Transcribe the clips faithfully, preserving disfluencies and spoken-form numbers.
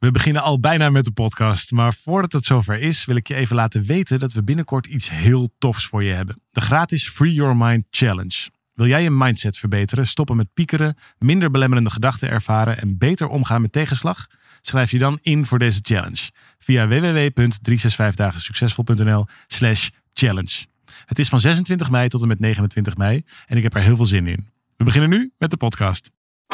We beginnen al bijna met de podcast, maar voordat het zover is, wil ik je even laten weten dat we binnenkort iets heel tofs voor je hebben. De gratis Free Your Mind Challenge. Wil jij je mindset verbeteren, stoppen met piekeren, minder belemmerende gedachten ervaren en beter omgaan met tegenslag? Schrijf je dan in voor deze challenge via w w w punt driehonderdzesenzestig dagen succesvol punt n l slash challenge. Het is van zesentwintig mei tot en met negenentwintig mei en ik heb er heel veel zin in. We beginnen nu met de podcast.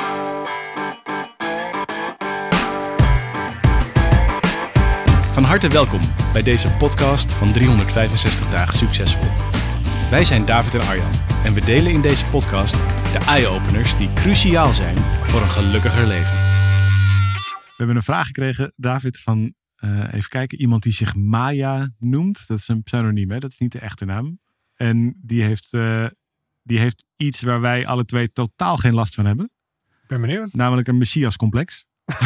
Van harte welkom bij deze podcast van driehonderdvijfenzestig dagen succesvol. Wij zijn David en Arjan en we delen in deze podcast de eye-openers die cruciaal zijn voor een gelukkiger leven. We hebben een vraag gekregen, David, van uh, even kijken, iemand die zich Maya noemt. Dat is een pseudoniem, hè? Dat is niet de echte naam. En die heeft, uh, die heeft iets waar wij alle twee totaal geen last van hebben. Ik ben benieuwd. Namelijk een Messias-complex.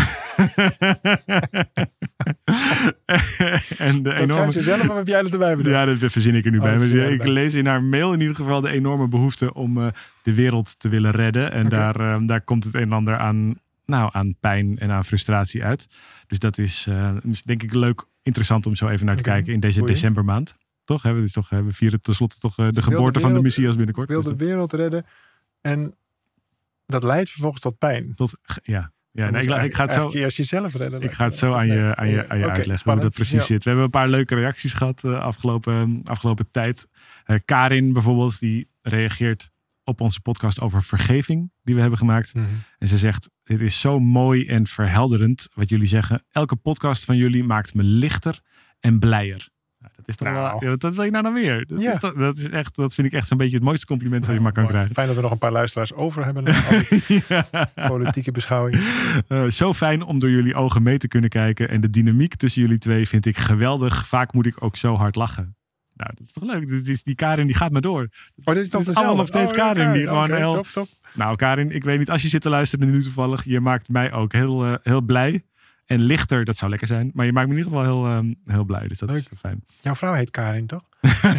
en de dat enorme... schrijft ze zelf of heb jij dat erbij bedoeld? Ja, dat verzin ik er nu oh, bij. Maar ik erbij. lees in haar mail in ieder geval de enorme behoefte om uh, de wereld te willen redden. En okay. daar, uh, daar komt het een en ander aan, nou, aan pijn en aan frustratie uit. Dus dat is, uh, is denk ik leuk, interessant om zo even naar te okay. kijken in deze Boeien. decembermaand. Toch? Hè? We, is toch, we vieren tenslotte toch uh, de geboorte de wereld, van de Messias binnenkort. Wil de dus dat... wereld redden en dat leidt vervolgens tot pijn. Tot, ja. Ja, nee, ik, ik ga het zo. Eerst jezelf redden. Ik ga het zo aan je, aan je, aan je okay, uitleggen spannend. Hoe dat precies ja. zit. We hebben een paar leuke reacties gehad uh, afgelopen, afgelopen tijd. Uh, Karin bijvoorbeeld, die reageert op onze podcast over vergeving die we hebben gemaakt. Mm-hmm. En ze zegt, dit is zo mooi en verhelderend wat jullie zeggen. Elke podcast van jullie maakt me lichter en blijer. Nou, dat is toch nou. wel, ja, dat wil je nou dan weer. Dat, ja. is toch, dat, is echt, dat vind ik echt zo'n beetje het mooiste compliment nou, dat je maar kan mooi. krijgen. Fijn dat we nog een paar luisteraars over hebben. ja. Politieke beschouwing. Uh, zo fijn om door jullie ogen mee te kunnen kijken. En de dynamiek tussen jullie twee vind ik geweldig. Vaak moet ik ook zo hard lachen. Nou, dat is toch leuk. Die, die Karin die gaat maar door. Oh, dit is toch is allemaal nog steeds oh, Karin. Ja, die gewoon okay, heel... top, top. Nou, Karin, ik weet niet. Als je zit te luisteren nu toevallig. Je maakt mij ook heel, uh, heel blij. En lichter, dat zou lekker zijn. Maar je maakt me in ieder geval heel, um, heel blij. Dus dat leuk. is fijn. Jouw vrouw heet Karin, toch?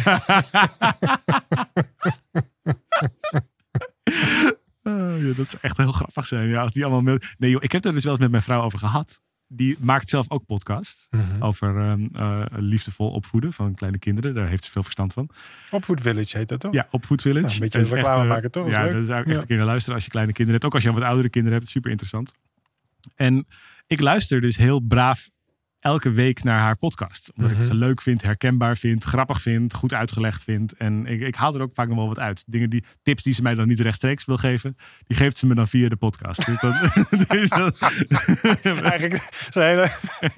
oh, ja, dat zou echt heel grappig zijn. Ja, als die allemaal met... Nee joh, ik heb er dus wel eens met mijn vrouw over gehad. Die maakt zelf ook podcasts. Mm-hmm. Over um, uh, liefdevol opvoeden van kleine kinderen. Daar heeft ze veel verstand van. Opvoed Village heet dat toch? Ja, Opvoed Village. Nou, een beetje dat reclame echt, maken toch? Ja, leuk. dat zou ik echt ja. een keer naar luisteren als je kleine kinderen hebt. Ook als je wat oudere kinderen hebt. Super interessant. En ik luister dus heel braaf elke week naar haar podcast. Omdat mm-hmm. ik ze leuk vind, herkenbaar vind, grappig vind, goed uitgelegd vind. En ik, ik haal er ook vaak nog wel wat uit. Dingen die, tips die ze mij dan niet rechtstreeks wil geven, die geeft ze me dan via de podcast. Dus dat, dus dat... Eigenlijk is een hele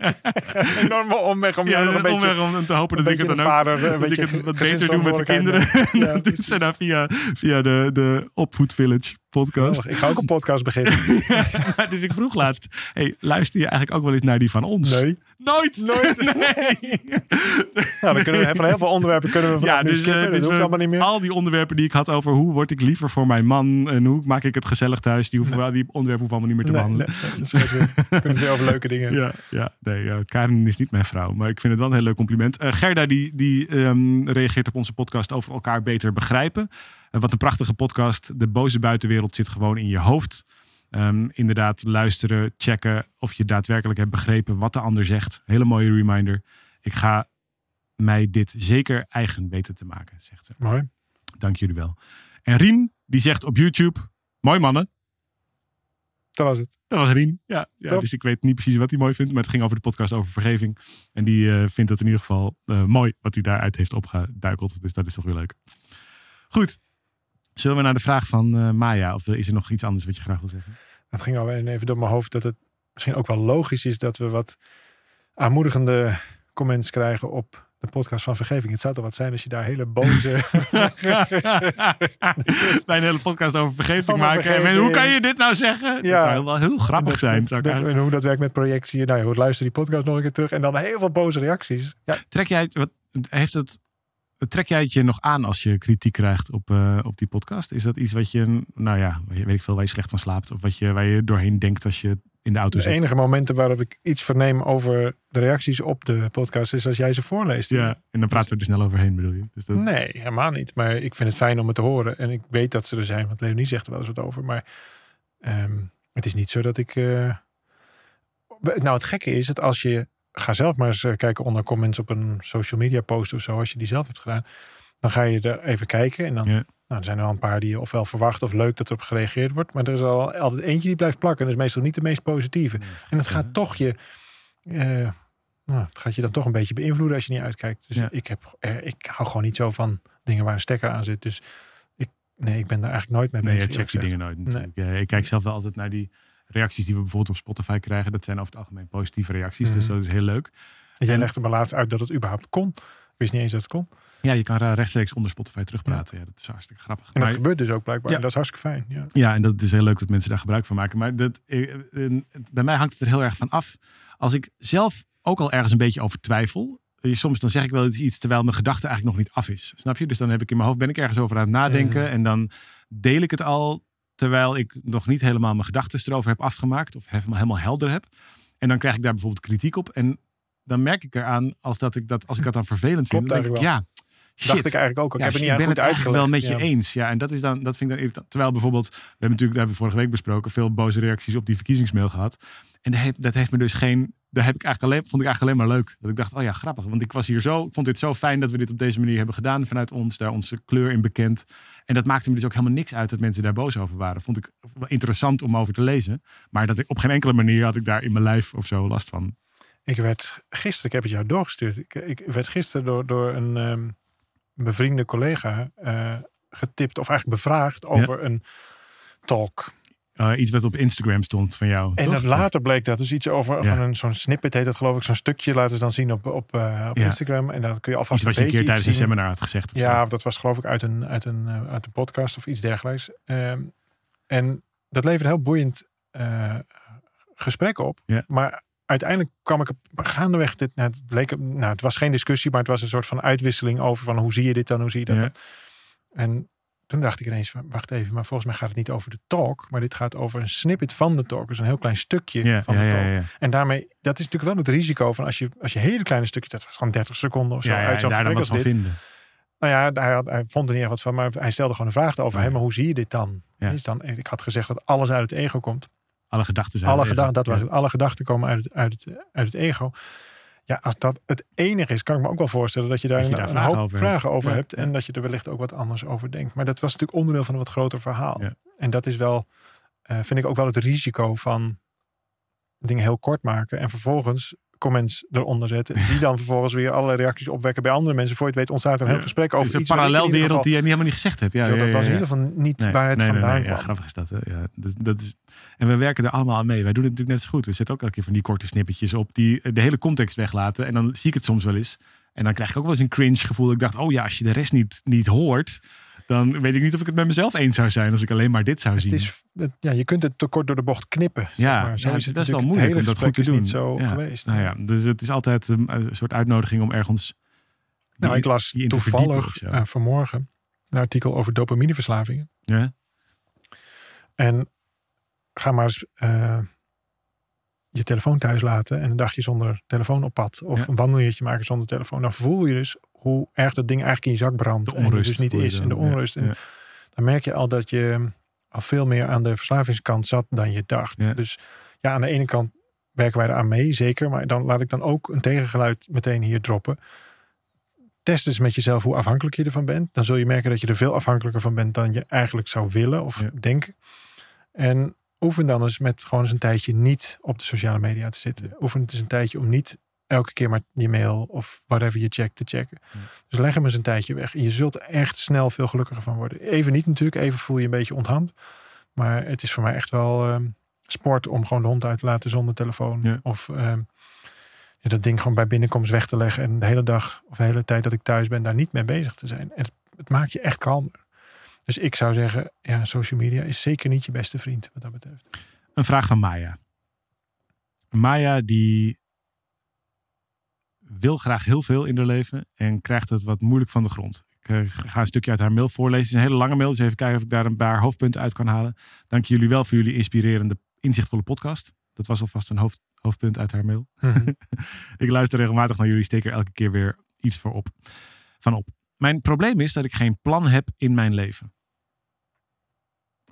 enorme omweg om ja, nog een beetje... omweg om te hopen dat ik het dan ook vader, dat ik het wat beter doe met de kinderen. Ja, dat doet ze dan via, via de, de Opvoed Village podcast. Ik ga ook een podcast beginnen. ja, dus ik vroeg laatst, hey, luister je eigenlijk ook wel eens naar die van ons? Nee. Nooit! Nooit! Nee! nou, dan kunnen we van heel veel onderwerpen kunnen we ja, dus, skippen. Uh, dus dat hoeft allemaal niet meer. Al die onderwerpen die ik had over hoe word ik liever voor mijn man en hoe maak ik het gezellig thuis, die, hoeven, nee. die onderwerpen hoeven allemaal niet meer te nee, behandelen. Nee, nee, we kunnen het weer over leuke dingen. Ja, ja nee, uh, Karin is niet mijn vrouw, maar ik vind het wel een heel leuk compliment. Uh, Gerda die, die um, reageert op onze podcast over elkaar beter begrijpen. Uh, wat een prachtige podcast. De boze buitenwereld zit gewoon in je hoofd. Um, inderdaad luisteren, checken of je daadwerkelijk hebt begrepen wat de ander zegt. Hele mooie reminder. Ik ga mij dit zeker eigen weten te maken, zegt ze. Mooi. Dank jullie wel. En Rien, die zegt op YouTube, mooi mannen. Dat was het. Dat was Rien. Ja, ja, dus ik weet niet precies wat hij mooi vindt, maar het ging over de podcast over vergeving. En die uh, vindt het in ieder geval uh, mooi wat hij daaruit heeft opgeduikeld. Dus dat is toch weer leuk. Goed. Zullen we naar de vraag van uh, Maya? Of is er nog iets anders wat je graag wil zeggen? Het ging al even door mijn hoofd dat het misschien ook wel logisch is dat we wat aanmoedigende comments krijgen op de podcast van vergeving. Het zou toch wat zijn als je daar hele boze... Bij een hele podcast over vergeving over maken. Vergeving. En hoe kan je dit nou zeggen? Ja. Dat zou wel heel grappig dat, zijn. Dat, dat, en hoe dat werkt met projectie. Nou, je luister die podcast nog een keer terug en dan heel veel boze reacties. Ja. Trek jij het... Wat, heeft het... Trek jij het je nog aan als je kritiek krijgt op, uh, op die podcast? Is dat iets wat je, nou ja, weet ik veel, waar je slecht van slaapt? Of wat je, waar je doorheen denkt als je in de auto de zit? De enige momenten waarop ik iets verneem over de reacties op de podcast is als jij ze voorleest. Ja, en dan praten we er snel overheen, bedoel je? Dus dat... Nee, helemaal niet. Maar ik vind het fijn om het te horen. En ik weet dat ze er zijn, want Leonie zegt er wel eens wat over. Maar um, het is niet zo dat ik... Uh, Nou, het gekke is dat als je... Ga zelf maar eens kijken onder comments op een social media post of zo. Als je die zelf hebt gedaan. Dan ga je er even kijken. En dan Ja. nou, er zijn er wel een paar die je ofwel verwacht of leuk dat erop gereageerd wordt. Maar er is al altijd eentje die blijft plakken. En dat is meestal niet de meest positieve. Nee, En het gaat toch je... Uh, nou, het gaat je dan toch een beetje beïnvloeden als je niet uitkijkt. Dus Ja. ik, heb, uh, ik hou gewoon niet zo van dingen waar een stekker aan zit. Dus ik, nee, ik ben daar eigenlijk nooit mee Nee, bezig. je checkt die dingen nooit natuurlijk. Nee. Ik kijk zelf wel altijd naar die reacties die we bijvoorbeeld op Spotify krijgen. Dat zijn over het algemeen positieve reacties. Mm-hmm. Dus dat is heel leuk. En jij en, legde me laatst uit dat het überhaupt kon. Ik wist niet eens dat het kon. Ja, je kan rechtstreeks onder Spotify terugpraten. Ja, ja dat is hartstikke grappig. En dat maar, gebeurt dus ook blijkbaar. Ja. En dat is hartstikke fijn. Ja. ja, en dat is heel leuk dat mensen daar gebruik van maken. Maar dat, bij mij hangt het er heel erg van af. Als ik zelf ook al ergens een beetje over twijfel. Soms dan zeg ik wel iets terwijl mijn gedachte eigenlijk nog niet af is. Snap je? Dus dan heb ik in mijn hoofd ben ik ergens over aan het nadenken. Mm-hmm. En dan deel ik het al terwijl ik nog niet helemaal mijn gedachten erover heb afgemaakt. Of helemaal helder heb. En dan krijg ik daar bijvoorbeeld kritiek op. En dan merk ik eraan als, dat ik dat, als ik dat dan vervelend vind. Klopt, dan denk ik, ja, shit. Dacht ik eigenlijk ook. Ik ja, heb het niet ik ben goed het eigenlijk wel met je ja. eens. Ja, en dat is dan, dat vind ik dan irritant. Terwijl bijvoorbeeld, we hebben natuurlijk, dat hebben we vorige week besproken, veel boze reacties op die verkiezingsmail gehad. En dat heeft, dat heeft me dus geen, daar heb ik eigenlijk alleen, vond ik eigenlijk alleen maar leuk. Dat ik dacht, oh ja, grappig. Want ik was hier zo, ik vond dit zo fijn dat we dit op deze manier hebben gedaan vanuit ons, daar onze kleur in bekend. En dat maakte me dus ook helemaal niks uit dat mensen daar boos over waren. Vond ik wel interessant om over te lezen. Maar dat ik op geen enkele manier had ik daar in mijn lijf of zo last van. Ik werd gisteren, ik heb het jou doorgestuurd. Ik, ik werd gisteren door, door een um, bevriende collega uh, getipt of eigenlijk bevraagd over ja. een talk. Uh, iets wat op Instagram stond van jou. En dat later bleek dat dus iets over ja. een, zo'n snippet heet dat geloof ik. Zo'n stukje laten ze dan zien op, op, uh, op ja. Instagram. En dan kun je alvast iets een wat je een keer tijdens zien. een seminar had gezegd. Ja, zo. Dat was geloof ik uit een, uit een, uh, uit een podcast of iets dergelijks. Um, en dat leverde een heel boeiend uh, gesprek op. Ja. Maar uiteindelijk kwam ik gaandeweg, dit, nou, het, bleek, nou, het was geen discussie, maar het was een soort van uitwisseling over van hoe zie je dit dan, hoe zie je dat ja. dan. En toen dacht ik ineens, wacht even, maar volgens mij gaat het niet over de talk, maar dit gaat over een snippet van de talk. Dus een heel klein stukje ja, van ja, de talk. Ja, ja. En daarmee, dat is natuurlijk wel het risico van als je, als je hele kleine stukjes, dat was gewoon dertig seconden of zo, ja, ja, uit zo'n daar dan wat van dit. Vinden. Nou ja, hij, had, hij vond er niet echt wat van, maar hij stelde gewoon een vraag over, ja. hey, maar hoe zie je dit dan? Ja. Is dan? Ik had gezegd dat alles uit het ego komt. Alle gedachten zijn alle het gedachten, dat was ja. het. Alle gedachten komen uit het, uit, het, uit het ego. Ja, als dat het enige is, kan ik me ook wel voorstellen dat je daar, dat je daar een, een hoop over vragen over ja, hebt. En ja. dat je er wellicht ook wat anders over denkt. Maar dat was natuurlijk onderdeel van een wat groter verhaal. Ja. En dat is wel, uh, vind ik ook wel het risico van dingen heel kort maken. En vervolgens comments eronder zetten. Die dan vervolgens weer allerlei reacties opwekken bij andere mensen. Voor je het weet ontstaat er een heel ja. gesprek over het is iets. Een parallelwereld geval, die je helemaal niet gezegd hebt. Ja, zo, ja, dat ja, was ja. in ieder geval niet nee, waar het nee, vandaan nee, nee, kwam. Ja, grappig is dat. Hè? Ja, dat, dat is, en we werken er allemaal aan mee. Wij doen het natuurlijk net zo goed. We zetten ook elke keer van die korte snippetjes op. Die de hele context weglaten. En dan zie ik het soms wel eens. En dan krijg ik ook wel eens een cringe gevoel. Ik dacht, oh ja, als je de rest niet, niet hoort. Dan weet ik niet of ik het met mezelf eens zou zijn. Als ik alleen maar dit zou het zien. Is, ja, je kunt het te kort door de bocht knippen. Ja, zeg maar. Zo ja, is het het best wel moeilijk om dat goed te doen. Niet zo ja. geweest. Nou ja, dus het is altijd een, een soort uitnodiging om ergens... Die, nou, ik las die toevallig uh, vanmorgen een artikel over dopamineverslavingen. Ja. En ga maar eens uh, je telefoon thuis laten en een dagje zonder telefoon op pad. Of ja. een wandelingetje maken zonder telefoon. Dan voel je dus hoe erg dat ding eigenlijk in je zak brandt. De onrust. En het dus niet is. Dan, en de onrust. Ja, ja. En dan merk je al dat je al veel meer aan de verslavingskant zat dan je dacht. Ja. Dus ja, aan de ene kant werken wij eraan mee, zeker. Maar dan laat ik dan ook een tegengeluid meteen hier droppen. Test eens met jezelf hoe afhankelijk je ervan bent. Dan zul je merken dat je er veel afhankelijker van bent dan je eigenlijk zou willen of ja. denken. En oefen dan eens met gewoon eens een tijdje niet op de sociale media te zitten. Oefen het eens een tijdje om niet elke keer maar je mail of whatever je checkt te checken. Ja. Dus leg hem eens een tijdje weg. En je zult echt snel veel gelukkiger van worden. Even niet natuurlijk, even voel je een beetje onthand. Maar het is voor mij echt wel um, sport om gewoon de hond uit te laten zonder telefoon. Ja. Of um, ja, dat ding gewoon bij binnenkomst weg te leggen. En de hele dag of de hele tijd dat ik thuis ben daar niet mee bezig te zijn. En het, het maakt je echt kalmer. Dus ik zou zeggen, ja, social media is zeker niet je beste vriend wat dat betreft. Een vraag van Maya. Maya die wil graag heel veel in haar leven en krijgt het wat moeilijk van de grond. Ik uh, ga een stukje uit haar mail voorlezen. Het is een hele lange mail, dus even kijken of ik daar een paar hoofdpunten uit kan halen. Dank jullie wel voor jullie inspirerende, inzichtvolle podcast. Dat was alvast een hoofd, hoofdpunt uit haar mail. Mm-hmm. Ik luister regelmatig naar jullie, steek er elke keer weer iets voor op, van op. Mijn probleem is dat ik geen plan heb in mijn leven.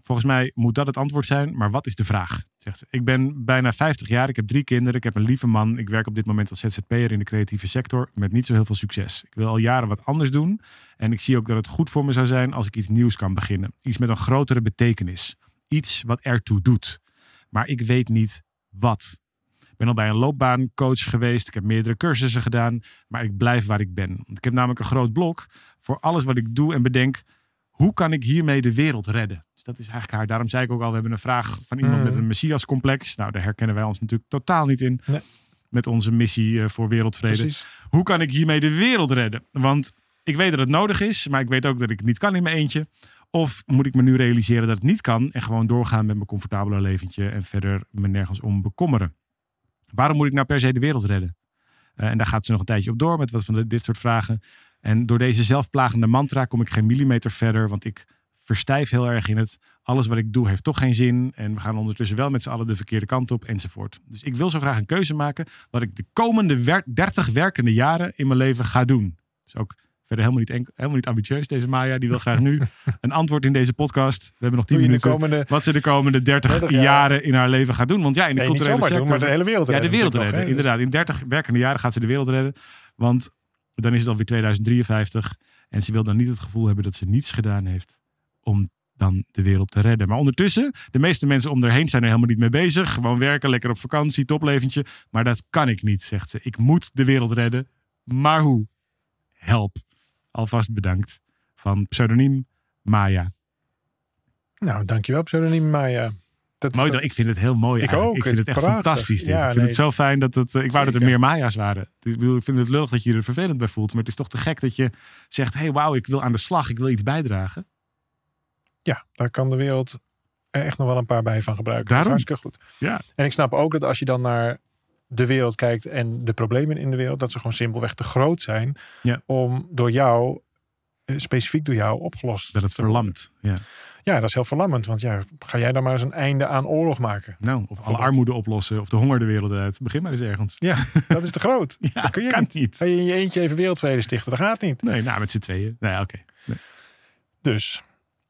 Volgens mij moet dat het antwoord zijn, maar wat is de vraag? Zegt ze. Ik ben bijna vijftig jaar, ik heb drie kinderen, ik heb een lieve man. Ik werk op dit moment als Z Z P'er in de creatieve sector met niet zo heel veel succes. Ik wil al jaren wat anders doen en ik zie ook dat het goed voor me zou zijn als ik iets nieuws kan beginnen. Iets met een grotere betekenis. Iets wat ertoe doet. Maar ik weet niet wat. Ik ben al bij een loopbaancoach geweest. Ik heb meerdere cursussen gedaan. Maar ik blijf waar ik ben. Want ik heb namelijk een groot blok voor alles wat ik doe en bedenk. Hoe kan ik hiermee de wereld redden? Dus dat is eigenlijk haar. Daarom zei ik ook al, we hebben een vraag van iemand mm. met een Messias-complex. Nou, daar herkennen wij ons natuurlijk totaal niet in. Nee. Met onze missie uh, voor wereldvrede. Precies. Hoe kan ik hiermee de wereld redden? Want ik weet dat het nodig is. Maar ik weet ook dat ik het niet kan in mijn eentje. Of moet ik me nu realiseren dat het niet kan. En gewoon doorgaan met mijn comfortabele leventje. En verder me nergens om bekommeren. Waarom moet ik nou per se de wereld redden? Uh, en daar gaat ze nog een tijdje op door met wat van de, dit soort vragen. En door deze zelfplagende mantra kom ik geen millimeter verder. Want ik verstijf heel erg in het. Alles wat ik doe heeft toch geen zin. En we gaan ondertussen wel met z'n allen de verkeerde kant op enzovoort. Dus ik wil zo graag een keuze maken. Wat ik de komende wer- dertig werkende jaren in mijn leven ga doen. Dus ook verder helemaal niet, enkel, helemaal niet ambitieus deze Maya. Die wil graag nu een antwoord in deze podcast. We hebben nog tien minuten. Komende, wat ze de komende dertig, dertig jaar. jaren in haar leven gaat doen. Want ja, in de nee, culturele sector. Doen, maar de hele wereld redden. Ja, de wereld redden. Nog, hè, inderdaad, in dertig werkende jaren gaat ze de wereld redden. Want dan is het alweer tweeduizend drieënvijftig. En ze wil dan niet het gevoel hebben dat ze niets gedaan heeft om dan de wereld te redden. Maar ondertussen, de meeste mensen om haar heen zijn er helemaal niet mee bezig. Gewoon werken, lekker op vakantie, topleventje. Maar dat kan ik niet, zegt ze. Ik moet de wereld redden. Maar hoe? Help. Alvast bedankt. Van pseudoniem Maya. Nou, dankjewel pseudoniem Maya. Dat mooi, dat... ik vind het heel mooi. Ik eigenlijk. ook. Ik vind het, het echt prachtig. fantastisch. Dit. Ja, ik vind nee, het zo fijn dat het. Ik zeker. wou dat er meer Maya's waren. Ik bedoel, ik vind het lullig dat je er vervelend bij voelt. Maar het is toch te gek dat je zegt: hey, wauw, ik wil aan de slag. Ik wil iets bijdragen. Ja, daar kan de wereld er echt nog wel een paar bij van gebruiken. Daarom. Dat is hartstikke goed. Ja. En ik snap ook dat als je dan naar de wereld kijkt en de problemen in de wereld, dat ze gewoon simpelweg te groot zijn ja. om door jou, specifiek door jou, opgelost dat het te verlamt. Ja. ja, dat is heel verlammend. Want ja, ga jij dan maar eens een einde aan oorlog maken? Nou, of alle armoede oplossen of de honger de wereld uit. Begin maar eens ergens. Ja, dat is te groot. ja, dat kun je kan niet. niet. Ga je in je eentje even wereldvrede stichten? Dat gaat niet. Nee, nou met z'n tweeën. Nee, oké. Okay. Nee. Dus.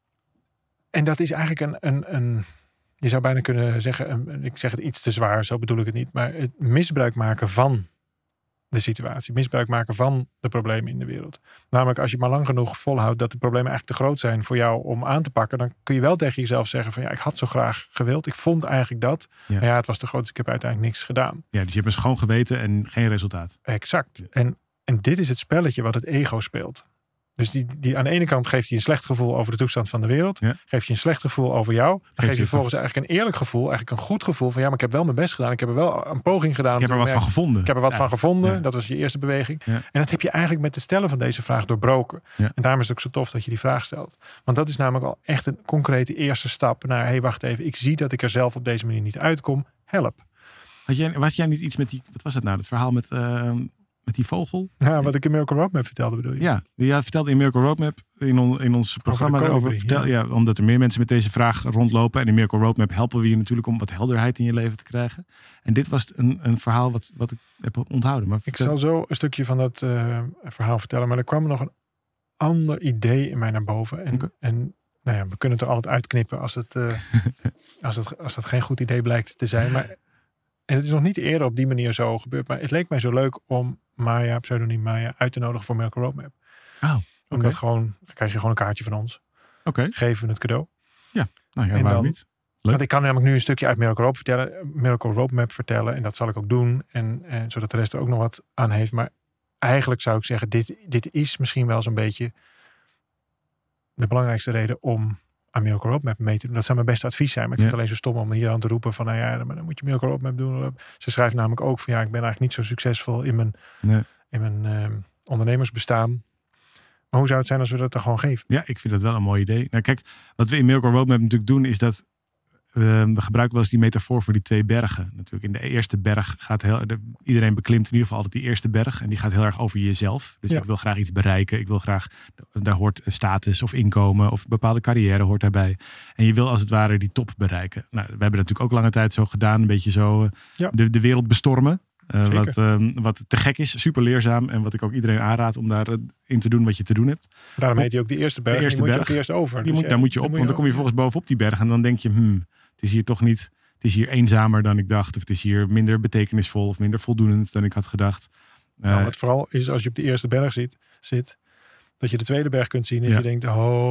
En dat is eigenlijk een, een, een je zou bijna kunnen zeggen, een, ik zeg het iets te zwaar, zo bedoel ik het niet, maar het misbruik maken van de situatie, misbruik maken van de problemen in de wereld. Namelijk als je maar lang genoeg volhoudt dat de problemen eigenlijk te groot zijn voor jou om aan te pakken, dan kun je wel tegen jezelf zeggen van ja, ik had zo graag gewild, ik vond eigenlijk dat, ja. maar ja, het was te groot, dus ik heb uiteindelijk niks gedaan. Ja, dus je hebt een schoon geweten en geen resultaat. Exact. En, en dit is het spelletje wat het ego speelt. Dus die, die aan de ene kant geeft hij een slecht gevoel over de toestand van de wereld. Ja. Geeft je een slecht gevoel over jou. Dan geeft je vervolgens eigenlijk een eerlijk gevoel. Eigenlijk een goed gevoel van ja, maar ik heb wel mijn best gedaan. Ik heb er wel een poging gedaan. Ik heb er wat van gevonden. Ik heb er wat ja. van gevonden. Ja. Dat was je eerste beweging. Ja. En dat heb je eigenlijk met het stellen van deze vraag doorbroken. Ja. En daarom is het ook zo tof dat je die vraag stelt. Want dat is namelijk al echt een concrete eerste stap naar hé, hey, wacht even. Ik zie dat ik er zelf op deze manier niet uitkom. Help. Had jij, was jij niet iets met die, wat was het nou? Het verhaal met... Uh... Met die vogel? Ja, wat ik in Miracle Roadmap vertelde bedoel je? Ja, die had vertelde in Miracle Roadmap in, on, in ons programma over. over vertel, ja. ja, omdat er meer mensen met deze vraag rondlopen. En in Miracle Roadmap helpen we je natuurlijk om wat helderheid in je leven te krijgen. En dit was een, een verhaal wat, wat ik heb onthouden. Maar ik zal zo een stukje van dat uh, verhaal vertellen. Maar er kwam nog een ander idee in mij naar boven. En, okay. en nou ja, we kunnen het er altijd uitknippen als het, uh, als het, als het geen goed idee blijkt te zijn. Maar en het is nog niet eerder op die manier zo gebeurd. Maar het leek mij zo leuk om Maya, pseudoniem Maya, uit te nodigen voor Miracle Roadmap. Oh, okay. Omdat gewoon, dan krijg je gewoon een kaartje van ons. Oké. Okay. Geven we het cadeau. Ja, nou ja, en waarom dan, niet? Leuk. Want ik kan namelijk nu een stukje uit Miracle Roadmap vertellen, Miracle Roadmap vertellen. En dat zal ik ook doen. En, en zodat de rest er ook nog wat aan heeft. Maar eigenlijk zou ik zeggen, dit, dit is misschien wel zo'n beetje de belangrijkste reden om aan Miracle Roadmap mee te doen. Dat zou mijn beste advies zijn. Maar ik vind ja. het alleen zo stom om hier aan te roepen van, nou ja, dan moet je Miracle Roadmap doen. Ze schrijft namelijk ook van, ja, ik ben eigenlijk niet zo succesvol in mijn, nee. in mijn uh, ondernemersbestaan. Maar hoe zou het zijn als we dat dan gewoon geven? Ja, ik vind dat wel een mooi idee. Nou, kijk, wat we in Miracle Roadmap natuurlijk doen, is dat uh, we gebruiken wel eens die metafoor voor die twee bergen. Natuurlijk, in de eerste berg gaat heel, de, iedereen beklimt in ieder geval altijd die eerste berg. En die gaat heel erg over jezelf. Dus ja. ik wil graag iets bereiken. Ik wil graag, daar hoort status of inkomen of een bepaalde carrière hoort daarbij. En je wil als het ware die top bereiken. Nou, we hebben dat natuurlijk ook lange tijd zo gedaan. Een beetje zo uh, ja. de, de wereld bestormen. Uh, wat, uh, wat te gek is, super leerzaam. En wat ik ook iedereen aanraad om daarin uh, te doen wat je te doen hebt. Daarom heet hij ook de eerste berg. De eerste die moet berg. Je ook eerst over. Dus moet, ja, daar moet je op, moet je want dan kom je volgens bovenop die berg. En dan denk je, hmm, het is hier toch niet... Het is hier eenzamer dan ik dacht. Of het is hier minder betekenisvol of minder voldoenend dan ik had gedacht. Uh, nou, wat vooral is als je op de eerste berg zit... zit dat je de tweede berg kunt zien en ja. je denkt,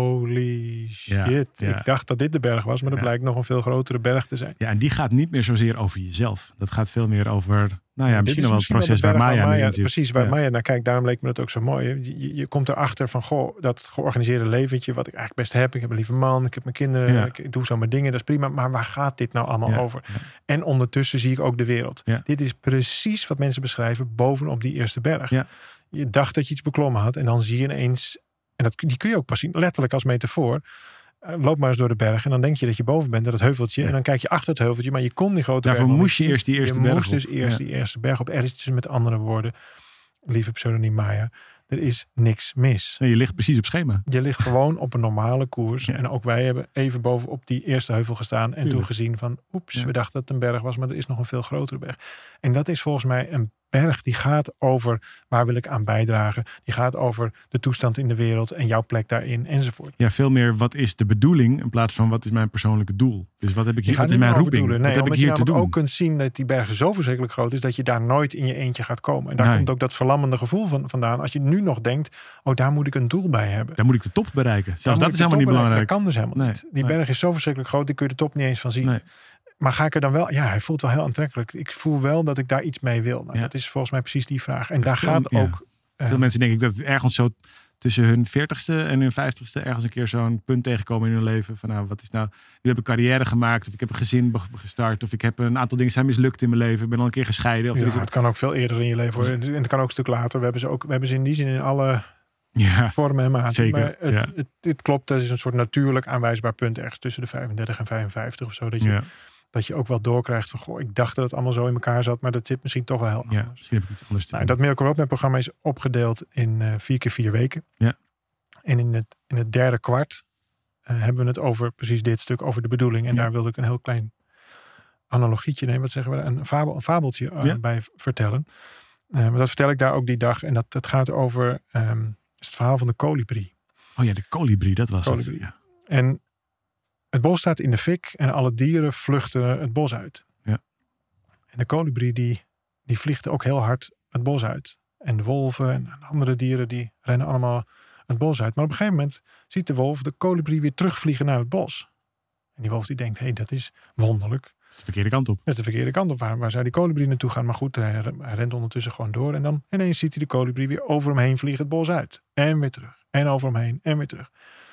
holy shit. Ja, ja. Ik dacht dat dit de berg was, maar dat ja. blijkt nog een veel grotere berg te zijn. Ja, en die gaat niet meer zozeer over jezelf. Dat gaat veel meer over, nou ja, misschien nog wel het proces waar Maya, waar Maya in zit. Precies, waar ja. Maya naar kijkt. Daarom leek me dat ook zo mooi. Je, je, je komt erachter van, goh, dat georganiseerde leventje, wat ik eigenlijk best heb. Ik heb een lieve man, ik heb mijn kinderen, ja. ik, ik doe zo mijn dingen, dat is prima. Maar waar gaat dit nou allemaal ja. over? Ja. En ondertussen zie ik ook de wereld. Ja. Dit is precies wat mensen beschrijven bovenop die eerste berg. Ja. Je dacht dat je iets beklommen had en dan zie je ineens... En dat, die kun je ook pas zien, letterlijk als metafoor. Uh, loop maar eens door de berg en dan denk je dat je boven bent, dat heuveltje. Ja. En dan kijk je achter het heuveltje, maar je kon die grote Daarvoor berg moest je eerst die eerste je berg moest op. dus eerst ja. die eerste berg op. Er is dus met andere woorden, lieve pseudoniem Maya, er is niks mis. Nee, je ligt precies op schema. Je ligt gewoon op een normale koers. Ja. En ook wij hebben even bovenop die eerste heuvel gestaan. En Tuurlijk. toen gezien van, oeps, ja. we dachten dat het een berg was, maar er is nog een veel grotere berg. En dat is volgens mij een berg die gaat over waar wil ik aan bijdragen. Die gaat over de toestand in de wereld en jouw plek daarin enzovoort. Ja, veel meer wat is de bedoeling in plaats van wat is mijn persoonlijke doel. Dus wat heb ik hier, wat is mijn roeping? Nee, wat heb ik hier te doen? Je ook kunt zien dat die berg zo verschrikkelijk groot is dat je daar nooit in je eentje gaat komen. En daar nee. komt ook dat verlammende gevoel van, vandaan. Als je nu nog denkt, oh daar moet ik een doel bij hebben. Daar moet ik de top bereiken. Zelfs dat is helemaal niet belangrijk. Dat kan dus helemaal nee. niet. Die nee. berg is zo verschrikkelijk groot, die kun je de top niet eens van zien. Nee. Maar ga ik er dan wel... Ja, hij voelt wel heel aantrekkelijk. Ik voel wel dat ik daar iets mee wil. Nou, ja. Dat is volgens mij precies die vraag. En daar veel, gaat ja. ook... Veel uh, mensen denk ik dat het ergens zo tussen hun veertigste en hun vijftigste ergens een keer zo'n punt tegenkomen in hun leven. Van nou, wat is nou... Nu heb ik carrière gemaakt. Of ik heb een gezin gestart. Of ik heb een aantal dingen zijn mislukt in mijn leven. Ik ben al een keer gescheiden. Of ja, er is het kan ook veel eerder in je leven worden. En het kan ook een stuk later. We hebben ze, ook, we hebben ze in die zin in alle... Ja, vormen en maten. Zeker, maar het, ja. het, het, het klopt. Dat is een soort natuurlijk aanwijsbaar punt. Ergens tussen de vijfendertig en vijfenvijftig of zo. Dat je... Ja. Dat je ook wel doorkrijgt van, goh, ik dacht dat het allemaal zo in elkaar zat, maar dat zit misschien toch wel heel anders. Ja, misschien heb ik iets anders te nou, dat Miracle Roadmap programma is opgedeeld in uh, vier keer vier weken. Ja. En in het, in het derde kwart uh, hebben we het over precies dit stuk, over de bedoeling. En ja. daar wilde ik een heel klein analogietje nemen, wat zeggen we, een, fabel, een fabeltje uh, ja. bij vertellen. Uh, maar dat vertel ik daar ook die dag. En dat, dat gaat over um, is het verhaal van de kolibrie. Oh ja, de kolibrie, dat was kolibrie. het. Ja. En het bos staat in de fik en alle dieren vluchten het bos uit. Ja. En de kolibrie die, die vliegt ook heel hard het bos uit. En de wolven en andere dieren die rennen allemaal het bos uit. Maar op een gegeven moment ziet de wolf de kolibrie weer terugvliegen naar het bos. En die wolf die denkt, hé, hey, dat is wonderlijk. Dat is de verkeerde kant op. Dat is de verkeerde kant op. Waar, waar zou die kolibrie naartoe gaan? Maar goed, hij, hij rent ondertussen gewoon door. En dan ineens ziet hij de kolibrie weer over hem heen vliegen het bos uit. En weer terug. En over hem heen. En weer terug.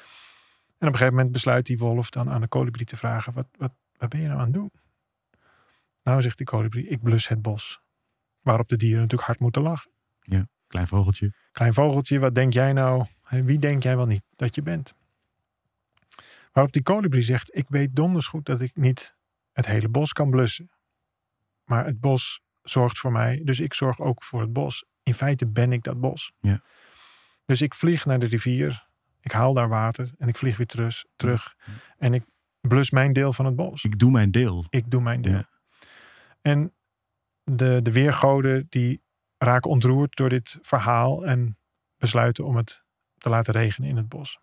En op een gegeven moment besluit die wolf dan aan de kolibrie te vragen, wat, wat, wat ben je nou aan het doen? Nou, zegt die kolibrie, ik blus het bos. Waarop de dieren natuurlijk hard moeten lachen. Ja, klein vogeltje. Klein vogeltje, wat denk jij nou? Wie denk jij wel niet dat je bent? Waarop die kolibrie zegt, ik weet donders goed dat ik niet het hele bos kan blussen. Maar het bos zorgt voor mij, dus ik zorg ook voor het bos. In feite ben ik dat bos. Ja. Dus ik vlieg naar de rivier. Ik haal daar water en ik vlieg weer terug, terug. Ja. En ik blus mijn deel van het bos. Ik doe mijn deel. Ik doe mijn deel. Ja. En de, de weergoden die raken ontroerd door dit verhaal en besluiten om het te laten regenen in het bos.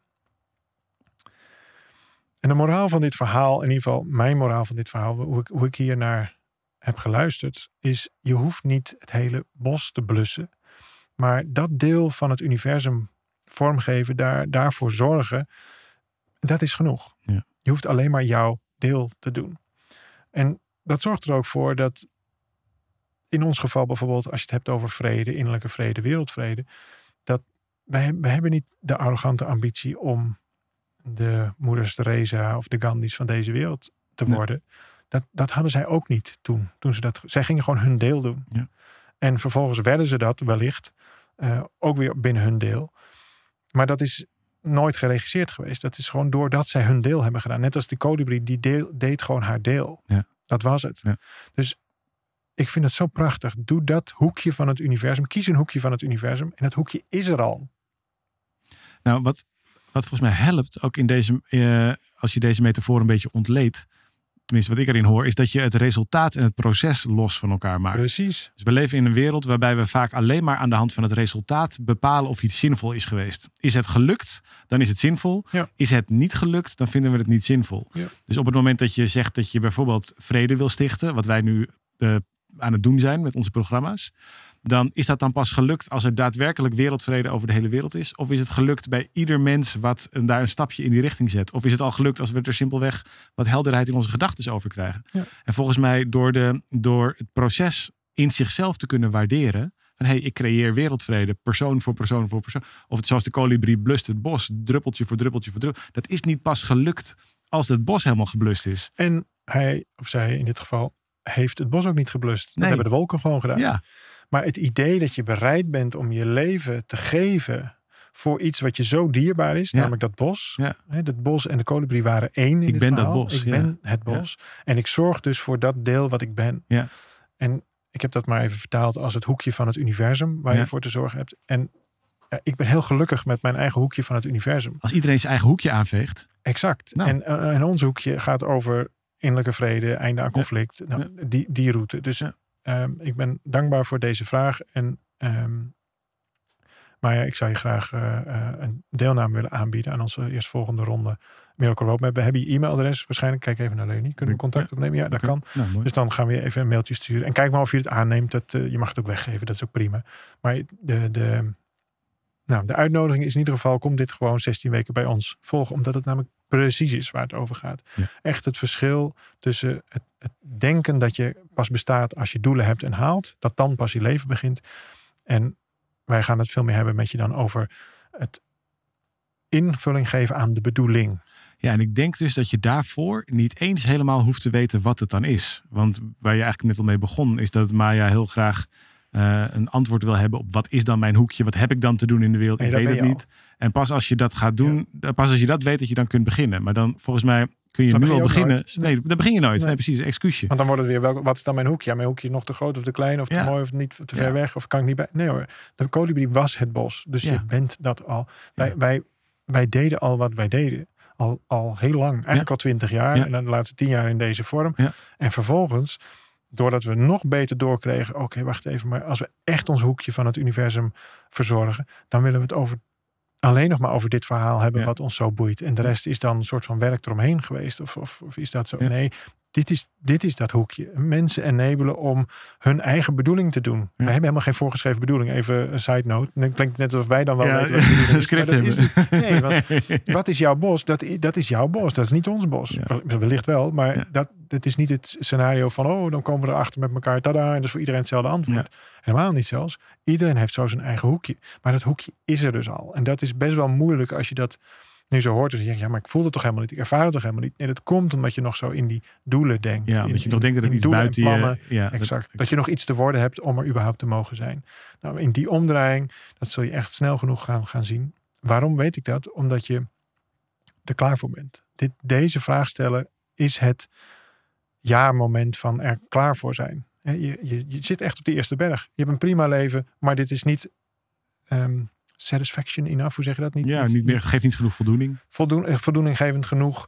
En de moraal van dit verhaal, in ieder geval mijn moraal van dit verhaal, hoe ik, hoe ik hier naar heb geluisterd, is je hoeft niet het hele bos te blussen, maar dat deel van het universum vormgeven, daar, daarvoor zorgen, dat is genoeg. Ja. Je hoeft alleen maar jouw deel te doen. En dat zorgt er ook voor dat in ons geval bijvoorbeeld, als je het hebt over vrede, innerlijke vrede, wereldvrede, dat wij, wij hebben niet de arrogante ambitie om de moeders Teresa of de Gandhi's van deze wereld te nee. worden. Dat, dat hadden zij ook niet toen. toen ze dat, zij gingen gewoon hun deel doen. Ja. En vervolgens werden ze dat wellicht uh, ook weer binnen hun deel. Maar dat is nooit geregisseerd geweest. Dat is gewoon doordat zij hun deel hebben gedaan. Net als die kolibrie, die deel, deed gewoon haar deel. Ja. Dat was het. Ja. Dus ik vind het zo prachtig. Doe dat hoekje van het universum. Kies een hoekje van het universum. En dat hoekje is er al. Nou, wat, wat volgens mij helpt, ook in deze, uh, als je deze metafoor een beetje ontleedt, tenminste wat ik erin hoor, is dat je het resultaat en het proces los van elkaar maakt. Precies. Dus we leven in een wereld waarbij we vaak alleen maar aan de hand van het resultaat bepalen of iets zinvol is geweest. Is het gelukt, dan is het zinvol. Ja. Is het niet gelukt, dan vinden we het niet zinvol. Ja. Dus op het moment dat je zegt dat je bijvoorbeeld vrede wil stichten, wat wij nu uh, aan het doen zijn met onze programma's, dan is dat dan pas gelukt als er daadwerkelijk wereldvrede over de hele wereld is? Of is het gelukt bij ieder mens wat een, daar een stapje in die richting zet? Of is het al gelukt als we er simpelweg wat helderheid in onze gedachten over krijgen? Ja. En volgens mij door, de, door het proces in zichzelf te kunnen waarderen, van hé, hey, ik creëer wereldvrede, persoon voor persoon voor persoon. Of het, zoals de kolibrie blust het bos, druppeltje voor druppeltje voor druppeltje. Dat is niet pas gelukt als het bos helemaal geblust is. En hij, of zij in dit geval, heeft het bos ook niet geblust. Dat Nee. hebben de wolken gewoon gedaan. Ja. Maar het idee dat je bereid bent om je leven te geven voor iets wat je zo dierbaar is, Ja. namelijk dat bos. Ja. Het bos en de kolibrie waren één in Ik dit ben dat verhaal. bos, Ik ja. ben het bos. En ik zorg dus voor dat deel wat ik ben. Ja. En ik heb dat maar even vertaald als het hoekje van het universum waar Ja. je voor te zorgen hebt. En ja, ik ben heel gelukkig met mijn eigen hoekje van het universum. Als iedereen zijn eigen hoekje aanveegt. Exact. Nou. En, uh, en ons hoekje gaat over innerlijke vrede, einde aan conflict. Nou, Ja. die, die route. Dus Ja. um, ik ben dankbaar voor deze vraag. En, um, maar ja, ik zou je graag uh, uh, een deelname willen aanbieden aan onze eerstvolgende ronde Miracle Roadmap. We hebben je e-mailadres waarschijnlijk. Kijk even naar Leonie. Kunnen we contact opnemen? Ja, dat kan. Nou, mooi. Dus dan gaan we je even een mailtje sturen. En kijk maar of je het aanneemt. Dat, uh, je mag het ook weggeven. Dat is ook prima. Maar de, de, nou, de uitnodiging is in ieder geval, kom dit gewoon zestien weken bij ons volgen. Omdat het namelijk precies is waar het over gaat. Ja. Echt het verschil tussen het, het denken dat je pas bestaat als je doelen hebt en haalt. Dat dan pas je leven begint. En wij gaan het veel meer hebben met je dan over het invulling geven aan de bedoeling. Ja, en ik denk dus dat je daarvoor niet eens helemaal hoeft te weten wat het dan is. Want waar je eigenlijk net al mee begon, is dat Maya heel graag uh, een antwoord wil hebben op wat is dan mijn hoekje? Wat heb ik dan te doen in de wereld? Nee, ik dat weet ben het je niet. En pas als je dat gaat doen, ja. pas als je dat weet, dat je dan kunt beginnen. Maar dan volgens mij kun je Dan nu begin al je ook beginnen. nooit. Nee, dan begin je nooit. Nee. Nee, precies, excuusje. Want dan wordt het weer, wel, wat is dan mijn hoekje? Ja, mijn hoekje is nog te groot of te klein of te Ja. mooi of niet te ver Ja. weg of kan ik niet bij. Nee hoor, de kolibrie was het bos. Dus Ja. je bent dat al. Wij, Ja. wij, wij deden al wat wij deden. Al, al heel lang. Eigenlijk Ja. al twintig jaar. Ja. En dan de laatste tien jaar in deze vorm. Ja. En vervolgens, doordat we nog beter doorkregen. Oké, okay, wacht even. Maar als we echt ons hoekje van het universum verzorgen. Dan willen we het over alleen nog maar over dit verhaal hebben. Ja. Wat ons zo boeit. En de rest is dan een soort van werk eromheen geweest. Of, of, of is dat zo? Ja. Nee. Dit is, dit is dat hoekje. Mensen enabelen om hun eigen bedoeling te doen. Ja. We hebben helemaal geen voorgeschreven bedoeling. Even een side note. Dan klinkt het net alsof wij dan wel Ja, weten wat de bedoeling is. script Maar dat hebben. is het. Nee, want wat is jouw bos? Dat, dat is jouw bos. Dat is niet ons bos. Ja. Wellicht wel. Maar Ja. dat, dat is niet het scenario van... oh, dan komen we erachter met elkaar. Tada, en dat is voor iedereen hetzelfde antwoord. Helemaal niet zelfs. Iedereen heeft zo zijn eigen hoekje. Maar dat hoekje is er dus al. En dat is best wel moeilijk als je dat nu zo hoort. Dus je denkt, ja, maar ik voel het toch helemaal niet. Ik ervaar het toch helemaal niet. Nee, dat komt omdat je nog zo in die doelen denkt. Ja, in, omdat je in, nog denkt dat het in iets doelen en buiten plannen. je... Ja, Exact. Dat, Dat je nog iets te worden hebt om er überhaupt te mogen zijn. Nou, in die omdraaiing, dat zul je echt snel genoeg gaan, gaan zien. Waarom weet ik dat? Omdat je er klaar voor bent. Dit, deze vraag stellen is het ja-moment van er klaar voor zijn. Je, je, je zit echt op de eerste berg. Je hebt een prima leven, maar dit is niet um, satisfaction enough. Hoe zeg je dat? Niet, ja, niet meer, het geeft niet genoeg voldoening. Voldoen, voldoeninggevend genoeg.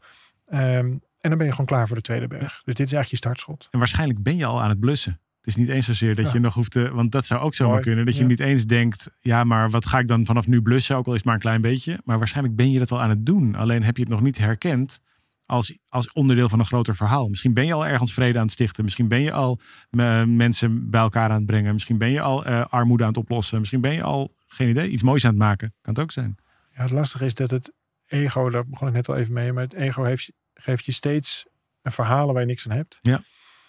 Um, en dan ben je gewoon klaar voor de tweede berg. Ja. Dus dit is eigenlijk je startschot. En waarschijnlijk ben je al aan het blussen. Het is niet eens zozeer dat ja. je nog hoeft te... Want dat zou ook zomaar Mooi. kunnen. Dat je ja. niet eens denkt... Ja, maar wat ga ik dan vanaf nu blussen? Ook al is het maar een klein beetje. Maar waarschijnlijk ben je dat al aan het doen. Alleen heb je het nog niet herkend als, als onderdeel van een groter verhaal. Misschien ben je al ergens vrede aan het stichten. Misschien ben je al uh, mensen bij elkaar aan het brengen. Misschien ben je al uh, armoede aan het oplossen. Misschien ben je al, geen idee, iets moois aan het maken. Kan het ook zijn. Ja, het lastige is dat het ego, daar begon ik net al even mee. Maar het ego heeft, geeft je steeds verhalen waar je niks aan hebt. Ja.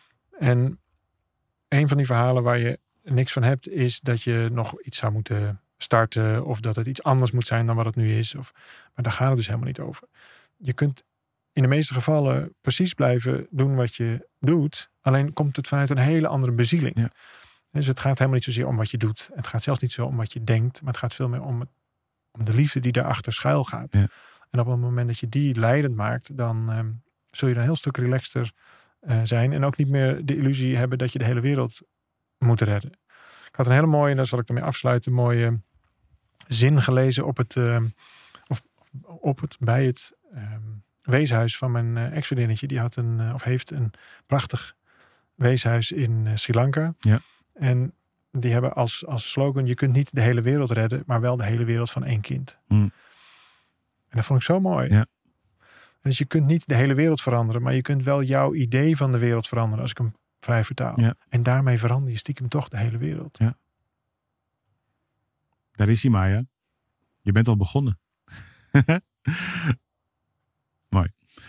En een van die verhalen waar je niks van hebt, is dat je nog iets zou moeten starten. Of dat het iets anders moet zijn dan wat het nu is. Of, maar daar gaat het dus helemaal niet over. Je kunt in de meeste gevallen precies blijven doen wat je doet. Alleen komt het vanuit een hele andere bezieling. Ja. Dus het gaat helemaal niet zozeer om wat je doet. Het gaat zelfs niet zo om wat je denkt. Maar het gaat veel meer om, het, om de liefde die daarachter schuil gaat. Ja. En op het moment dat je die leidend maakt, dan um, zul je een heel stuk relaxter uh, zijn. En ook niet meer de illusie hebben dat je de hele wereld moet redden. Ik had een hele mooie, daar zal ik ermee afsluiten, mooie zin gelezen op het, uh, of op het, bij het um, weeshuis van mijn uh, ex-vriendinnetje. Die had een, uh, of heeft een prachtig weeshuis in uh, Sri Lanka. Ja. En die hebben als, als slogan, je kunt niet de hele wereld redden, maar wel de hele wereld van één kind. Mm. En dat vond ik zo mooi. Ja. Dus je kunt niet de hele wereld veranderen, maar je kunt wel jouw idee van de wereld veranderen, als ik hem vrij vertaal. Ja. En daarmee verander je stiekem toch de hele wereld. Ja. Daar is hij, Maya. Je bent al begonnen. Mooi.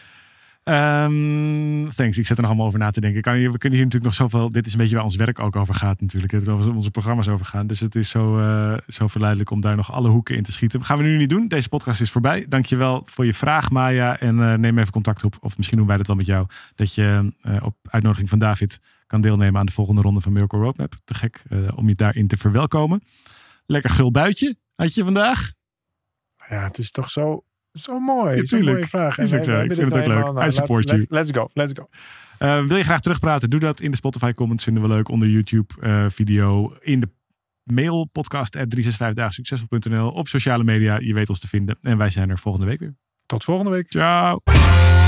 Um, thanks. Ik zet er nog allemaal over na te denken. Kan je, we kunnen hier natuurlijk nog zoveel... Dit is een beetje waar ons werk ook over gaat natuurlijk. Het over onze programma's over gaan. Dus het is zo, uh, zo verleidelijk om daar nog alle hoeken in te schieten. Dat gaan we nu niet doen. Deze podcast is voorbij. Dankjewel voor je vraag, Maya. En uh, neem even contact op. Of misschien doen wij dat wel met jou. Dat je uh, op uitnodiging van David kan deelnemen aan de volgende ronde van Miracle Roadmap. Te gek uh, om je daarin te verwelkomen. Lekker gul buitje had je vandaag. Ja, het is toch zo... Zo mooi. Ja, Zo'n mooie vraag. Is ook zo. Ik vind het ook leuk. Nou, I support let, you. Let's go. Let's go. Uh, wil je graag terugpraten? Doe dat in de Spotify comments. Vinden we leuk. Onder YouTube uh, video. In de mail podcast at driehonderdzesenzestig dagen succesvol punt n l. Op sociale media. Je weet ons te vinden. En wij zijn er volgende week weer. Tot volgende week. Ciao.